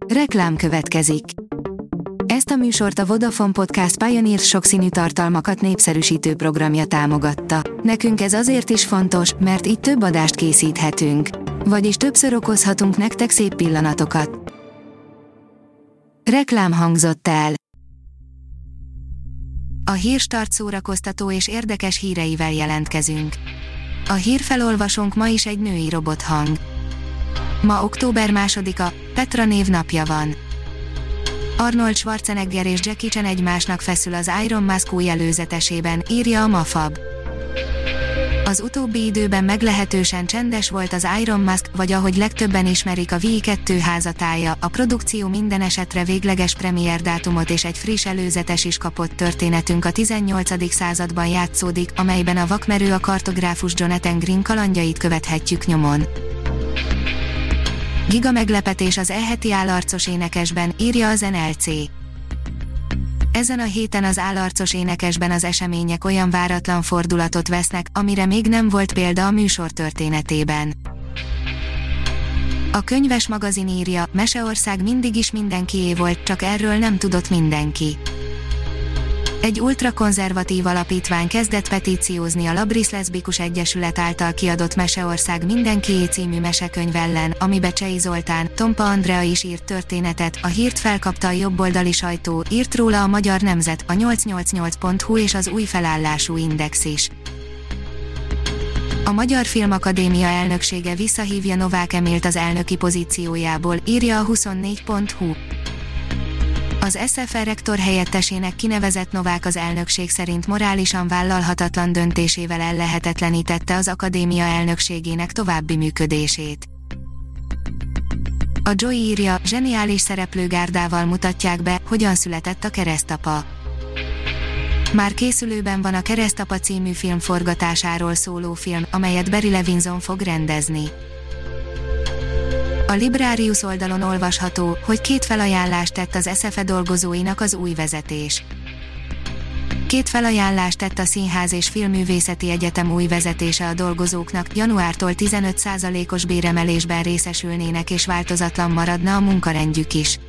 Reklám következik. Ezt a műsort a Vodafone Podcast Pioneer sokszínű tartalmakat népszerűsítő programja támogatta. Nekünk ez azért is fontos, mert így több adást készíthetünk. Vagyis többször okozhatunk nektek szép pillanatokat. Reklám hangzott el. A Hírstart szórakoztató és érdekes híreivel jelentkezünk. A hírfelolvasónk ma is egy női robothang. Ma október 2-a, Petra névnapja van. Arnold Schwarzenegger és Jackie Chan egymásnak feszül az Iron Mask új előzetesében, írja a Mafab. Az utóbbi időben meglehetősen csendes volt az Iron Mask, vagy ahogy legtöbben ismerik, a VI2 házatája. A produkció minden esetre végleges premiérdátumot és egy friss előzetes is kapott. Történetünk a 18. században játszódik, amelyben a vakmerő a kartográfus Jonathan Green kalandjait követhetjük nyomon. Giga meglepetés az e-heti állarcos énekesben, írja az NLC. Ezen a héten az állarcos énekesben az események olyan váratlan fordulatot vesznek, amire még nem volt példa a műsor történetében. A könyves magazin írja, Meseország mindig is mindenkié volt, csak erről nem tudott mindenki. Egy ultrakonzervatív alapítvány kezdett petíciózni a Labris Leszbikus Egyesület által kiadott Meseország mindenkié című mesekönyv ellen, amibe Csei Zoltán, Tompa Andrea is írt történetet. A hírt felkapta a jobboldali sajtó, írt róla a Magyar Nemzet, a 888.hu és az Új Felállású Index is. A Magyar Filmakadémia elnöksége visszahívja Novák Emilt az elnöki pozíciójából, írja a 24.hu. Az SFR rektor helyettesének kinevezett Novák az elnökség szerint morálisan vállalhatatlan döntésével ellehetetlenítette az akadémia elnökségének további működését. A Joy írja, zseniális szereplőgárdával mutatják be, hogyan született a Keresztapa. Már készülőben van a Keresztapa című film forgatásáról szóló film, amelyet Barry Levinson fog rendezni. A Librarius oldalon olvasható, hogy 2 felajánlást tett az SFE dolgozóinak az új vezetés. 2 felajánlást tett a Színház és Filmművészeti Egyetem új vezetése a dolgozóknak, januártól 15%-os béremelésben részesülnének és változatlan maradna a munkarendjük is.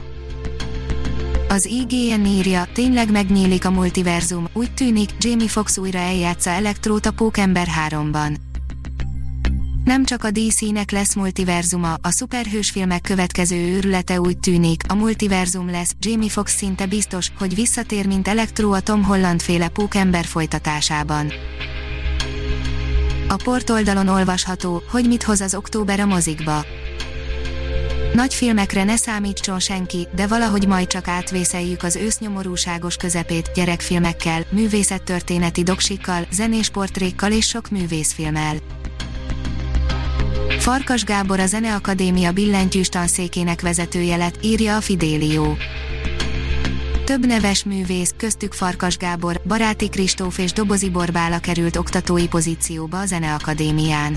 Az IGN írja, tényleg megnyílik a multiverzum, úgy tűnik, Jamie Foxx újra eljátsza Elektrót a Pókember 3-ban. Nem csak a DC-nek lesz multiverzuma, a szuperhős filmek következő őrülete úgy tűnik, a multiverzum lesz. Jamie Foxx szinte biztos, hogy visszatér mint Elektró a Tom Holland féle Pókember folytatásában. A Port oldalon olvasható, hogy mit hoz az október a mozikba. Nagy filmekre ne számítson senki, de valahogy majd csak átvészeljük az ősz nyomorúságos közepét, gyerekfilmekkel, művészettörténeti doksikkal, zenés portrékkal és sok művészfilmmel. Farkas Gábor a Zeneakadémia billentyűs tanszékének vezetője lett, írja a Fidelio. Több neves művész, köztük Farkas Gábor, Baráti Kristóf és Dobozi Borbála került oktatói pozícióba a Zeneakadémián.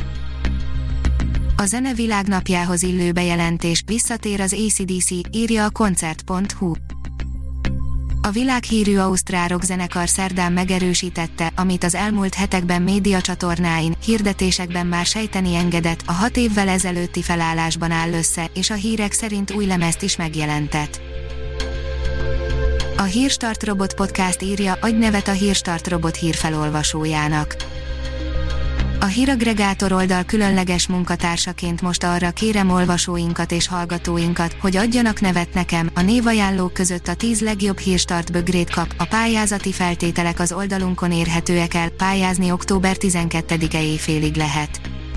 A Zene világnapjához illő bejelentés, visszatér az AC/DC, írja a koncert.hu. A világhírű ausztrál rockzenekar szerdán megerősítette, amit az elmúlt hetekben médiacsatornáin, hirdetésekben már sejteni engedett, a 6 évvel ezelőtti felállásban áll össze, és a hírek szerint új lemezt is megjelentett. A Hírstart Robot Podcast írja, adj nevet a Hírstart Robot hírfelolvasójának. A híraggregátor oldal különleges munkatársaként most arra kérem olvasóinkat és hallgatóinkat, hogy adjanak nevet nekem. A névajánlók között a 10 legjobb Hírstart bögrét kap. A pályázati feltételek az oldalunkon érhetőek el, pályázni október 12-e éjfélig lehet.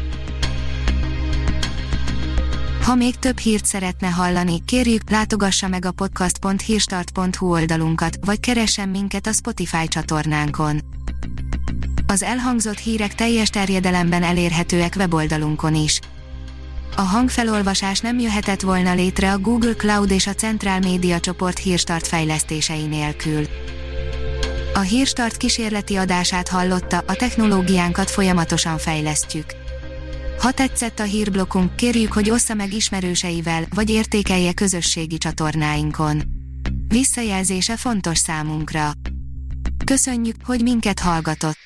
Ha még több hírt szeretne hallani, kérjük, látogassa meg a podcast.hírstart.hu oldalunkat, vagy keressen minket a Spotify csatornánkon. Az elhangzott hírek teljes terjedelemben elérhetőek weboldalunkon is. A hangfelolvasás nem jöhetett volna létre a Google Cloud és a Central Media csoport Hírstart fejlesztései nélkül. A Hírstart kísérleti adását hallotta, a technológiánkat folyamatosan fejlesztjük. Ha tetszett a hírblokkunk, kérjük, hogy ossza meg ismerőseivel, vagy értékelje közösségi csatornáinkon. Visszajelzése fontos számunkra. Köszönjük, hogy minket hallgatott!